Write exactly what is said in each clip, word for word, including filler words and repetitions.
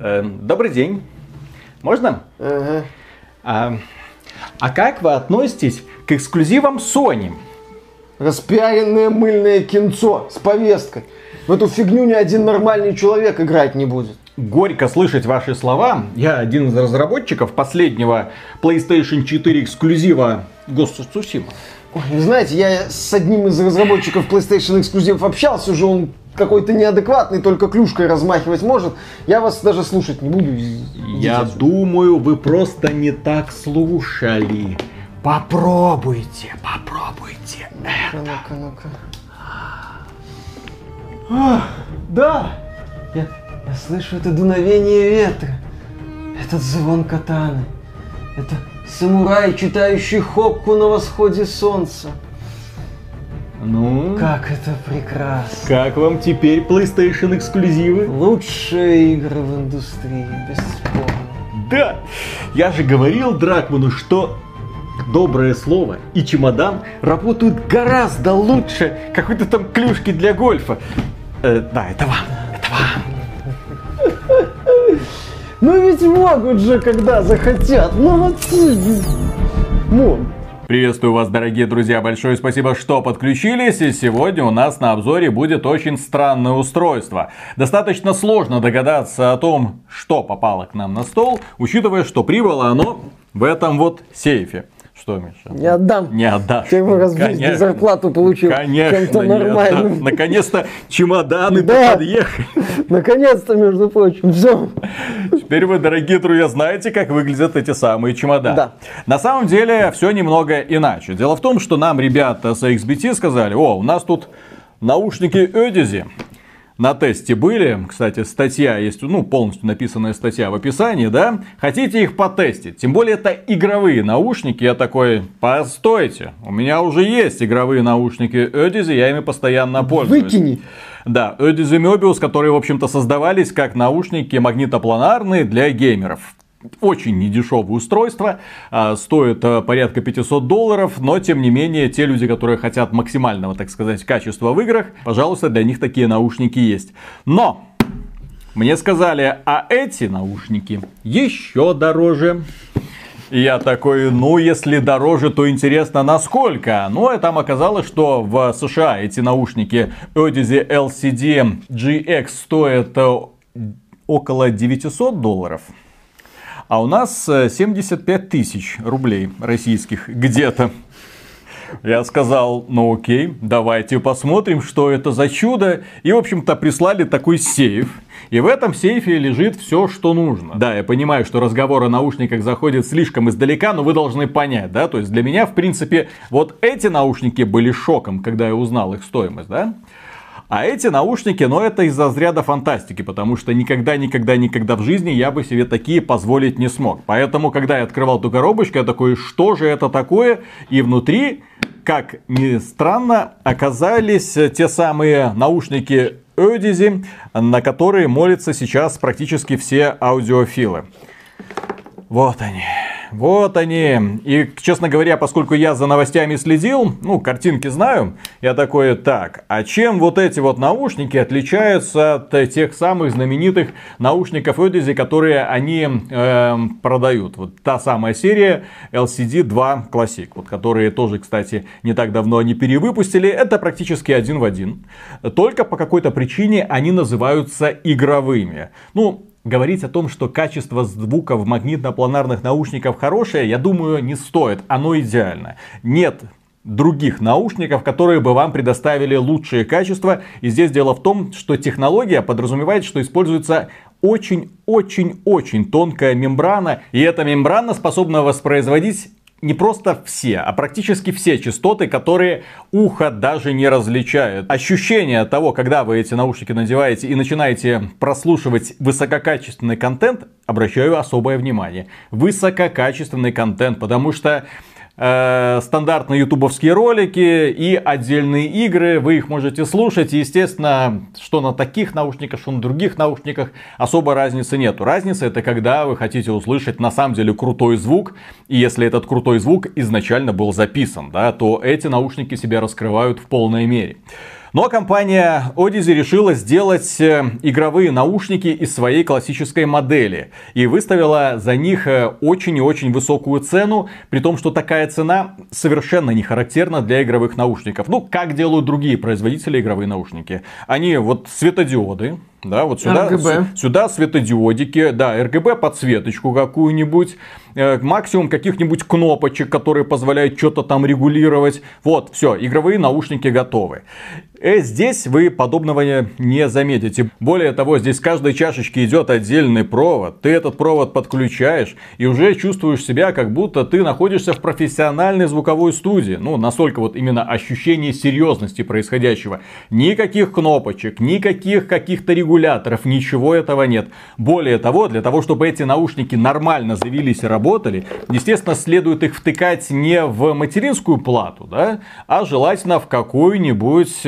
Э, добрый день. Можно? Ага. А, а как вы относитесь к эксклюзивам Sony? Распиаренное мыльное кинцо с повесткой. В эту фигню ни один нормальный человек играть не будет. Горько слышать ваши слова. Я один из разработчиков последнего PlayStation четыре эксклюзива Ghost of Tsushima. Ой, вы знаете, я с одним из разработчиков PlayStation эксклюзивов общался уже, он какой-то неадекватный, только клюшкой размахивать может. Я вас даже слушать не буду. Я отсюда. думаю, вы просто не так слушали. Попробуйте, попробуйте это. Ну-ка, ну-ка. А, да, я, я слышу это дуновение ветра, этот звон катаны, это самурай, читающий хокку на восходе солнца. Ну, Как это прекрасно. как вам теперь PlayStation эксклюзивы? Лучшие игры в индустрии, бесспорно. Да, я же говорил Дракману, что доброе слово и чемодан работают гораздо лучше какой-то там клюшки для гольфа. Э, да, это вам, это вам. Ну ведь могут же, когда захотят. Ну вот, ну. Приветствую вас, дорогие друзья, большое спасибо, что подключились, и сегодня у нас на обзоре будет очень странное устройство. Достаточно сложно догадаться о том, что попало к нам на стол, учитывая, что прибыло оно в этом вот сейфе. Что, Миша? Не отдам. Не отдашь. Первый раз в жизни зарплату получил. Конечно, чем-то не нормальным. отдам. Наконец-то чемоданы Да. подъехали. Наконец-то, между прочим, все. Теперь вы, дорогие друзья, знаете, как выглядят эти самые чемоданы. Да. На самом деле, все немного иначе. Дело в том, что нам ребята с икс би ти сказали: о, у нас тут наушники Odyssey. На тесте были, кстати, статья есть, ну, полностью написанная статья в описании, да? Хотите их потестить? Тем более это игровые наушники. Я такой: постойте, у меня уже есть игровые наушники Odyssey, я ими постоянно пользуюсь. Выкини. Да, Odyssey Mobius, которые, в общем-то, создавались как наушники магнитопланарные для геймеров. Очень недешевое устройство, стоит порядка пятьсот долларов, но тем не менее те люди, которые хотят максимального, так сказать, качества в играх, пожалуйста, для них такие наушники есть. Но мне сказали, а эти наушники еще дороже. И я такой: ну, если дороже, то интересно, насколько? Ну, и там оказалось, что в США эти наушники Odyssey эл си ди джи экс стоят около девятьсот долларов. А у нас семьдесят пять тысяч рублей российских где-то. Я сказал: ну окей, давайте посмотрим, что это за чудо. И, в общем-то, прислали такой сейф. И в этом сейфе лежит все, что нужно. Да, я понимаю, что разговор о наушниках заходит слишком издалека, но вы должны понять, да. То есть для меня, в принципе, вот эти наушники были шоком, когда я узнал их стоимость, да. А эти наушники, ну, это из разряда фантастики, потому что никогда, никогда, никогда в жизни я бы себе такие позволить не смог. Поэтому, когда я открывал эту коробочку, я такой: что же это такое? И внутри, как ни странно, оказались те самые наушники Odyssey, на которые молятся сейчас практически все аудиофилы. Вот они. Вот они. И, честно говоря, поскольку я за новостями следил, ну, картинки знаю, я такой: так, а чем вот эти вот наушники отличаются от тех самых знаменитых наушников Odyssey, которые они э, продают? Вот та самая серия эл си ди два Classic, вот, которые тоже, кстати, не так давно они перевыпустили. Это практически один в один. Только по какой-то причине они называются игровыми. Ну, говорить о том, что качество звука в магнитно-планарных наушниках хорошее, я думаю, не стоит. Оно идеально. Нет других наушников, которые бы вам предоставили лучшее качество. И здесь дело в том, что технология подразумевает, что используется очень-очень-очень тонкая мембрана. И эта мембрана способна воспроизводить не просто все, а практически все частоты, которые ухо даже не различает. Ощущение того, когда вы эти наушники надеваете и начинаете прослушивать высококачественный контент, обращаю особое внимание. Высококачественный контент, потому что э, стандартные ютубовские ролики и отдельные игры, вы их можете слушать. И, естественно, что на таких наушниках, что на других наушниках особо разницы нету. Разница — это когда вы хотите услышать на самом деле крутой звук. И если этот крутой звук изначально был записан, да, то эти наушники себя раскрывают в полной мере. Но компания Odyssey решила сделать игровые наушники из своей классической модели. И выставила за них очень и очень высокую цену. При том, что такая цена совершенно не характерна для игровых наушников. Ну, как делают другие производители игровые наушники. Они вот светодиоды. Да, вот сюда, с, сюда светодиодики, да, эр гэ бэ подсветочку какую-нибудь, э, максимум каких-нибудь кнопочек, которые позволяют что-то там регулировать. Вот, все, игровые наушники готовы. И здесь вы подобного не заметите. Более того, здесь в каждой чашечке идет отдельный провод. Ты этот провод подключаешь и уже чувствуешь себя, как будто ты находишься в профессиональной звуковой студии. Ну, настолько вот именно ощущение серьезности происходящего. Никаких кнопочек, никаких каких-то регуляторов, ничего этого нет. Более того, для того, чтобы эти наушники нормально завелись и работали, естественно, следует их втыкать не в материнскую плату, да, а желательно в какую-нибудь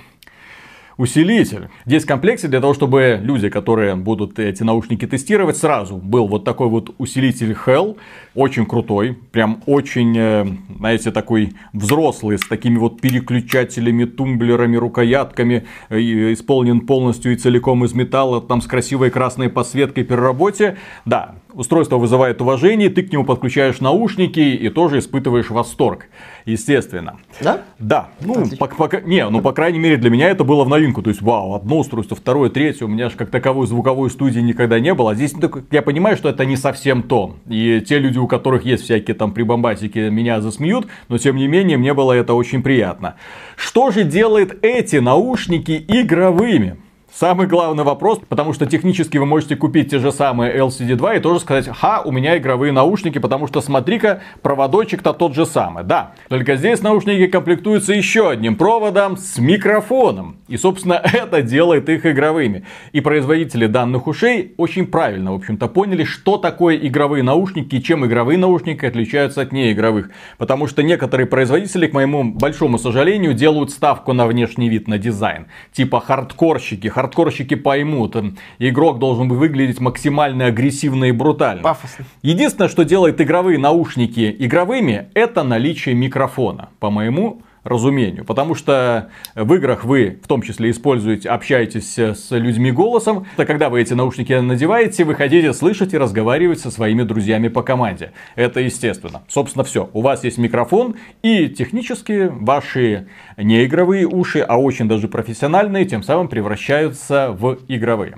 усилитель. Здесь в комплекте для того, чтобы люди, которые будут эти наушники тестировать, сразу был вот такой вот усилитель Hell. Очень крутой. Прям очень, знаете, такой взрослый, с такими вот переключателями, тумблерами, рукоятками. Исполнен полностью и целиком из металла. Там с красивой красной подсветкой при работе. Да, устройство вызывает уважение. Ты к нему подключаешь наушники и тоже испытываешь восторг. Естественно. Да? Да. Ну, по, по, не, ну, по крайней мере, для меня это было в новинку. То есть, вау, одно устройство, второе, третье. У меня же как таковой звуковой студии никогда не было. А здесь я понимаю, что это не совсем то. И те люди, у которых есть всякие там прибамбасики, меня засмеют. Но, тем не менее, мне было это очень приятно. Что же делает эти наушники игровыми? Самый главный вопрос, потому что технически вы можете купить те же самые эл си ди два и тоже сказать: ха, у меня игровые наушники, потому что смотри-ка, проводочек-то тот же самый. Да, только здесь наушники комплектуются еще одним проводом с микрофоном. И, собственно, это делает их игровыми. И производители данных ушей очень правильно, в общем-то, поняли, что такое игровые наушники и чем игровые наушники отличаются от неигровых. Потому что некоторые производители, к моему большому сожалению, делают ставку на внешний вид, на дизайн. Типа хардкорщики. Хардкорщики поймут, игрок должен выглядеть максимально агрессивно и брутально. Пафосно. Единственное, что делает игровые наушники игровыми, это наличие микрофона, по моему разумению. Потому что в играх вы в том числе используете, общаетесь с людьми голосом. Это когда вы эти наушники надеваете, вы хотите слышать и разговаривать со своими друзьями по команде. Это естественно. Собственно, все. У вас есть микрофон, и технически ваши неигровые уши, а очень даже профессиональные, тем самым превращаются в игровые.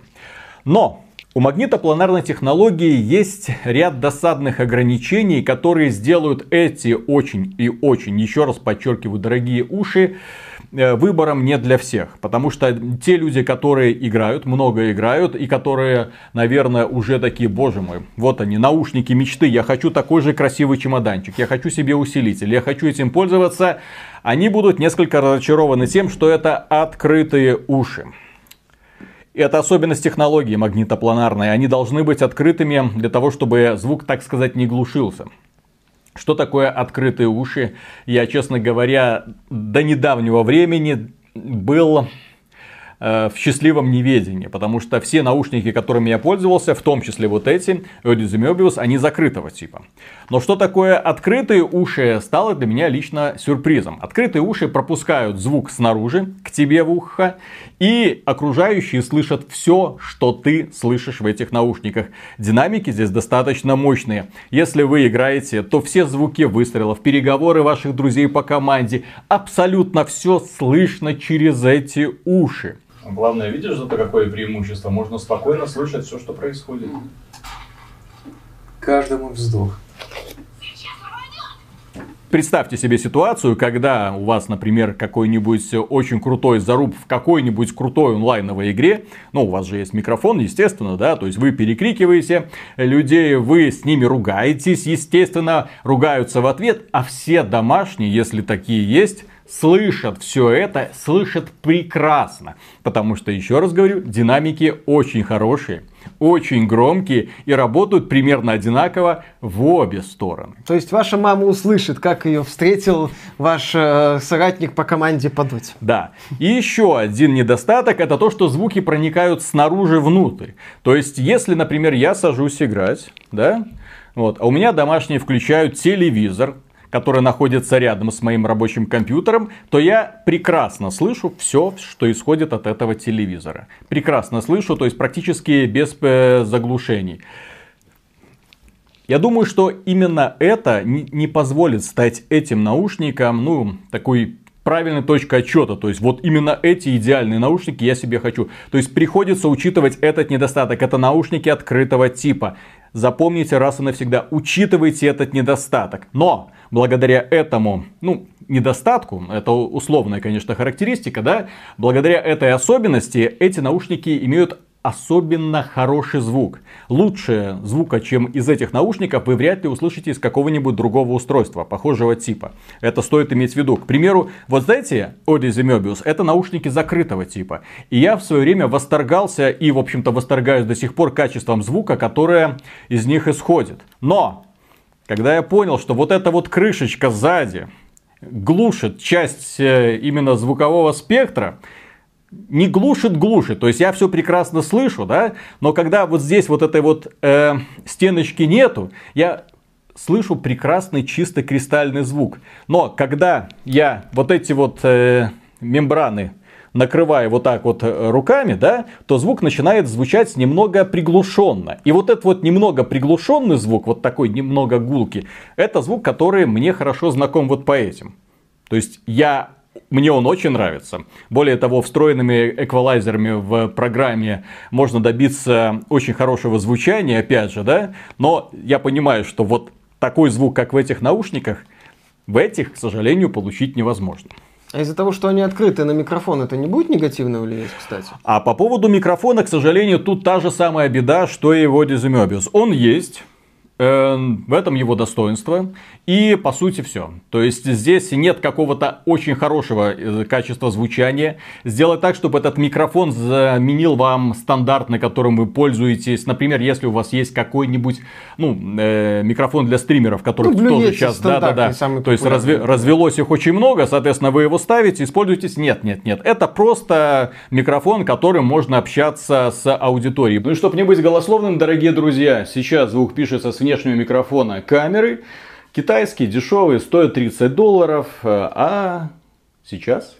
Но у магнитопланарной технологии есть ряд досадных ограничений, которые сделают эти очень и очень, еще раз подчеркиваю, дорогие уши, выбором не для всех. Потому что те люди, которые играют, много играют, и которые, наверное, уже такие: боже мой, вот они, наушники мечты, я хочу такой же красивый чемоданчик, я хочу себе усилитель, я хочу этим пользоваться, они будут несколько разочарованы тем, что это открытые уши. Это особенность технологии магнитопланарной. Они должны быть открытыми для того, чтобы звук, так сказать, не глушился. Что такое открытые уши? Я, честно говоря, до недавнего времени был э, в счастливом неведении. Потому что все наушники, которыми я пользовался, в том числе вот эти, Odyssey Mobius, они закрытого типа. Но что такое открытые уши, стало для меня лично сюрпризом. Открытые уши пропускают звук снаружи, к тебе в ухо. И окружающие слышат все, что ты слышишь в этих наушниках. Динамики здесь достаточно мощные. Если вы играете, то все звуки выстрелов, переговоры ваших друзей по команде, абсолютно все слышно через эти уши. Главное, видишь, зато какое преимущество? Можно спокойно слышать все, что происходит. Каждый мой вздох. Представьте себе ситуацию, когда у вас, например, какой-нибудь очень крутой заруб в какой-нибудь крутой онлайновой игре. Ну, у вас же есть микрофон, естественно, да, то есть вы перекрикиваете людей, вы с ними ругаетесь, естественно, ругаются в ответ, а все домашние, если такие есть, слышат все это, слышат прекрасно. Потому что, еще раз говорю, динамики очень хорошие, очень громкие и работают примерно одинаково в обе стороны. То есть ваша мама услышит, как ее встретил ваш э, соратник по команде подуть. Да. И еще один недостаток — это то, что звуки проникают снаружи внутрь. То есть, если, например, я сажусь играть, да, вот, а у меня домашние включают телевизор, который находится рядом с моим рабочим компьютером, то я прекрасно слышу все, что исходит от этого телевизора. Прекрасно слышу, то есть практически без э, заглушений. Я думаю, что именно это не, не позволит стать этим наушником, ну, такой правильной точкой отчета. То есть вот именно эти идеальные наушники я себе хочу. То есть приходится учитывать этот недостаток. Это наушники открытого типа. Запомните раз и навсегда, учитывайте этот недостаток. Но благодаря этому, ну, недостатку, это условная, конечно, характеристика, да, благодаря этой особенности эти наушники имеют особенно хороший звук. Лучше звука, чем из этих наушников, вы вряд ли услышите из какого-нибудь другого устройства, похожего типа. Это стоит иметь в виду. К примеру, вот эти Odyssey Mobius, это наушники закрытого типа. И я в свое время восторгался и, в общем-то, восторгаюсь до сих пор качеством звука, которое из них исходит. Но, когда я понял, что вот эта вот крышечка сзади глушит часть именно звукового спектра, не глушит, глушит. То есть я все прекрасно слышу, да, но когда вот здесь вот этой вот э, стеночки нету, я слышу прекрасный чисто кристальный звук. Но когда я вот эти вот э, мембраны накрываю вот так вот руками, да, то звук начинает звучать немного приглушенно. И вот этот вот немного приглушенный звук, вот такой немного гулкий, это звук, который мне хорошо знаком вот по этим. То есть я... Мне он очень нравится. Более того, встроенными эквалайзерами в программе можно добиться очень хорошего звучания, опять же, да. Но я понимаю, что вот такой звук, как в этих наушниках, в этих, к сожалению, получить невозможно. А из-за того, что они открыты на микрофон, это не будет негативно влиять, кстати? А по поводу микрофона, к сожалению, тут та же самая беда, что и в Odyssey Mobius. Он есть. В этом его достоинство. И по сути все. То есть здесь нет какого-то очень хорошего качества звучания. Сделать так, чтобы этот микрофон заменил вам стандартный, которым вы пользуетесь. Например, если у вас есть какой-нибудь ну, э, микрофон для стримеров, который ну, тоже сейчас да, да, да. То есть разве, развелось их очень много. Соответственно, вы его ставите, используетесь. Нет, нет, нет. Это просто микрофон, которым можно общаться с аудиторией. Ну и чтобы не быть голословным, дорогие друзья, сейчас звук пишется с внешнего микрофона камеры. Китайские, дешевые, стоят тридцать долларов. А сейчас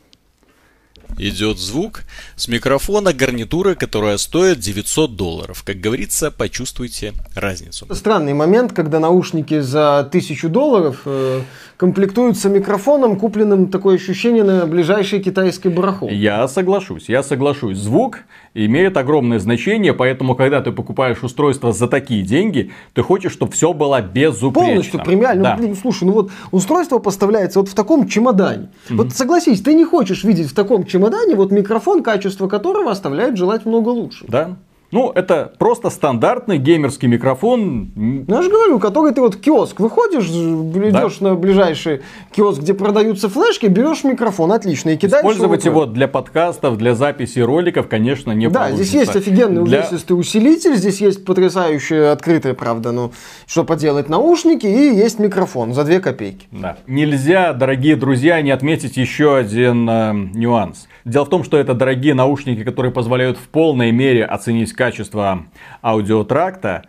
идет звук с микрофона гарнитуры, которая стоит девятьсот долларов. Как говорится, почувствуйте разницу. Странный момент, когда наушники за тысячу долларов э, комплектуются микрофоном, купленным, такое ощущение, на ближайшей китайской барахолке. Я соглашусь, я соглашусь. Звук имеет огромное значение, поэтому, когда ты покупаешь устройство за такие деньги, ты хочешь, чтобы все было безупречно. Полностью премиально. Да. Ну, блин, слушай, ну вот устройство поставляется вот в таком чемодане. Mm-hmm. Вот согласись, ты не хочешь видеть в таком чемодане вот микрофон, качество которого оставляет желать много лучше. Да. Ну, это просто стандартный геймерский микрофон. Ну, я же говорю, который ты вот в киоск выходишь, идешь да. на ближайший киоск, где продаются флешки, берешь микрофон, отлично, и кидаешь. Использовать его для подкастов, для записи роликов, конечно, не да, получится. Да, здесь есть офигенный для... увесистый усилитель, здесь есть потрясающие, открытые, правда, ну, что поделать, наушники, и есть микрофон за две копейки. Да. Нельзя, дорогие друзья, не отметить еще один э, нюанс. Дело в том, что это дорогие наушники, которые позволяют в полной мере оценить качество аудиотракта.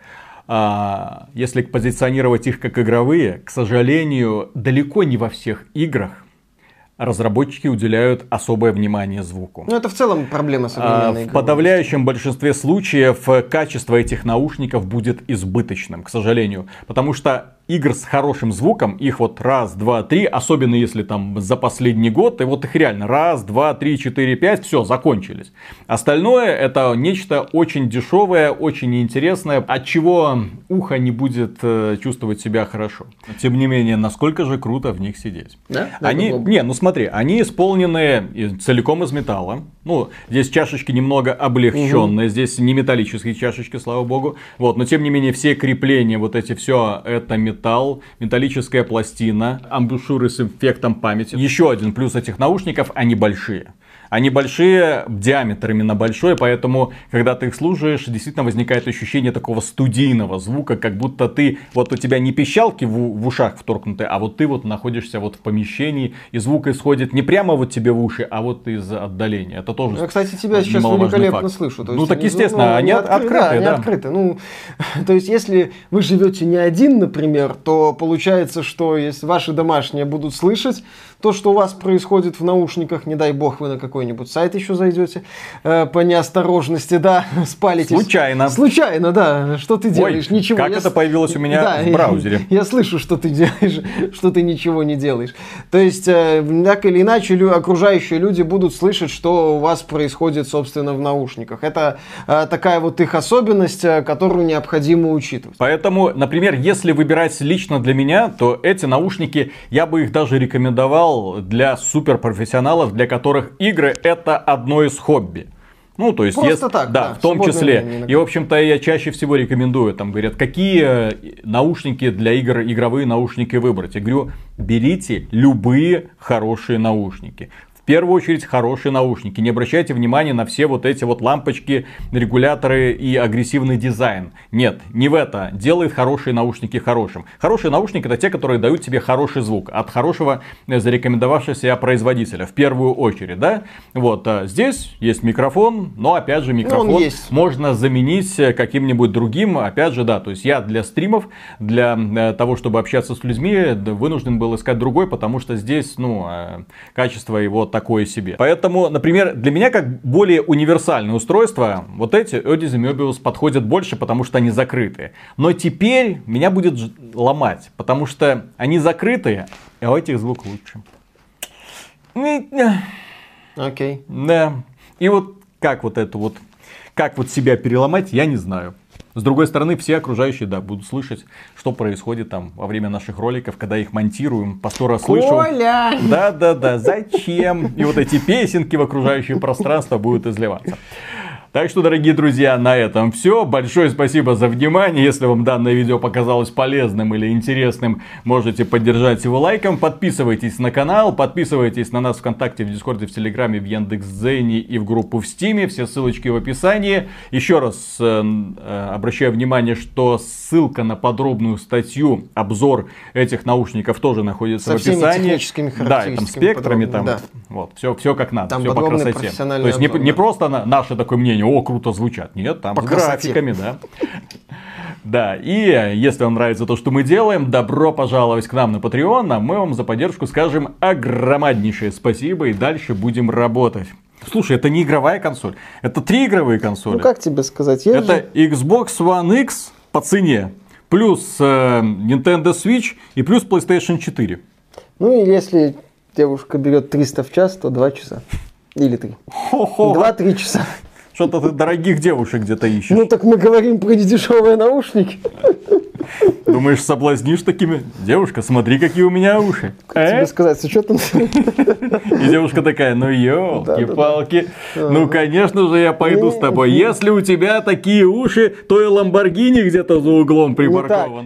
А, если позиционировать их как игровые, к сожалению, далеко не во всех играх разработчики уделяют особое внимание звуку. Ну, это в целом проблема современной игры. В подавляющем большинстве случаев качество этих наушников будет избыточным, к сожалению. Потому что игр с хорошим звуком, их вот раз, два, три, особенно если там за последний год, и вот их реально раз, два, три, четыре, пять, все, закончились. Остальное это нечто очень дешевое, очень неинтересное, от чего ухо не будет э, чувствовать себя хорошо. Тем не менее, насколько же круто в них сидеть. Да? Они, не, ну смотри, они исполнены целиком из металла. Ну, здесь чашечки немного облегченные, угу. Здесь не металлические чашечки, слава богу. Вот, но тем не менее, все крепления, вот эти все, это металл. Металл, металлическая пластина, амбушюры с эффектом памяти. Еще один плюс этих наушников, они большие. Они большие, диаметр именно большой, поэтому, когда ты их слушаешь, действительно возникает ощущение такого студийного звука, как будто ты, вот у тебя не пищалки в, в ушах вторгнуты, а вот ты вот находишься вот в помещении, и звук исходит не прямо вот тебе в уши, а вот из отдаления. Это тоже, я, кстати, тебя сейчас великолепно факт. слышу. То есть ну так они, естественно, ну, они откры... открытые, да. Они да. открыты. Ну, то есть, если вы живете не один, например, то получается, что если ваши домашние будут слышать то, что у вас происходит в наушниках, не дай бог вы на какой-нибудь сайт еще зайдете э, по неосторожности, да, спалитесь. Случайно. Случайно, да. Что ты делаешь? Ой, ничего. Как я это с... появилось у меня да, в браузере? Я, я слышу, что ты делаешь, что ты ничего не делаешь. То есть, э, так или иначе, лю- окружающие люди будут слышать, что у вас происходит, собственно, в наушниках. Это э, такая вот их особенность, э, которую необходимо учитывать. Поэтому, например, если выбирать лично для меня, то эти наушники, я бы их даже рекомендовал для суперпрофессионалов, для которых игры это одно из хобби. Ну, то есть, Просто если, так, да, да, в том числе. время, И, в общем-то, я чаще всего рекомендую, там, говорят, какие наушники для игр, игровые наушники выбрать. Я говорю, берите любые хорошие наушники. В первую очередь хорошие наушники. Не обращайте внимания на все вот эти вот лампочки, регуляторы и агрессивный дизайн. Нет, не в это делает хорошие наушники хорошим. Хорошие наушники это те, которые дают тебе хороший звук от хорошего зарекомендовавшегося производителя. В первую очередь, да? Вот, а здесь есть микрофон, но опять же микрофон ну, есть. можно заменить каким-нибудь другим. Опять же, да, то есть я для стримов, для того, чтобы общаться с людьми, вынужден был искать другой, потому что здесь, ну, качество его такое себе. Поэтому, например, для меня как более универсальное устройство, вот эти Odyssey Mobius подходят больше, потому что они закрытые. Но теперь меня будет ломать, потому что они закрытые, а у этих звук лучше. Окей. Okay. Да. И вот как вот это вот, как вот себя переломать, я не знаю. С другой стороны, все окружающие, да, будут слышать, что происходит там во время наших роликов, когда их монтируем, по сто раз слышу. Коля! Да-да-да, зачем? И вот эти песенки в окружающее пространство будут изливаться. Так что, дорогие друзья, на этом все. Большое спасибо за внимание. Если вам данное видео показалось полезным или интересным, можете поддержать его лайком. Подписывайтесь на канал, подписывайтесь на нас ВКонтакте, в Дискорде, в Телеграме, в Яндекс.Дзене и в группу в Стиме. Все ссылочки в описании. Еще раз э, э, обращаю внимание, что ссылка на подробную статью, обзор этих наушников тоже находится Со в описании. техническими характеристиками. Да, там спектрами, там, да. Вот, все, все как надо, там все по красоте. То есть не, обзор, не да. просто на, наше такое мнение, о, круто звучат. Нет, там по с красоте. графиками, да. Да, и если вам нравится то, что мы делаем, добро пожаловать к нам на Patreon, а мы вам за поддержку скажем огромнейшее спасибо и дальше будем работать. Слушай, это не игровая консоль, это три игровые консоли. Ну как тебе сказать? Я это же... Xbox One X по цене, плюс э, Nintendo Switch и плюс PlayStation четыре. Ну и если девушка берет триста в час, то два часа. Или три. Хо-хо. два-три часа. Что-то ты дорогих девушек где-то ищешь. Ну так мы говорим про недешевые наушники. Думаешь, соблазнишь такими? Девушка, смотри, какие у меня уши. Как тебе сказать, с учетом... И девушка такая, ну елки-палки. Ну, конечно же, я пойду с тобой. Если у тебя такие уши, то и Ламборгини где-то за углом припаркован.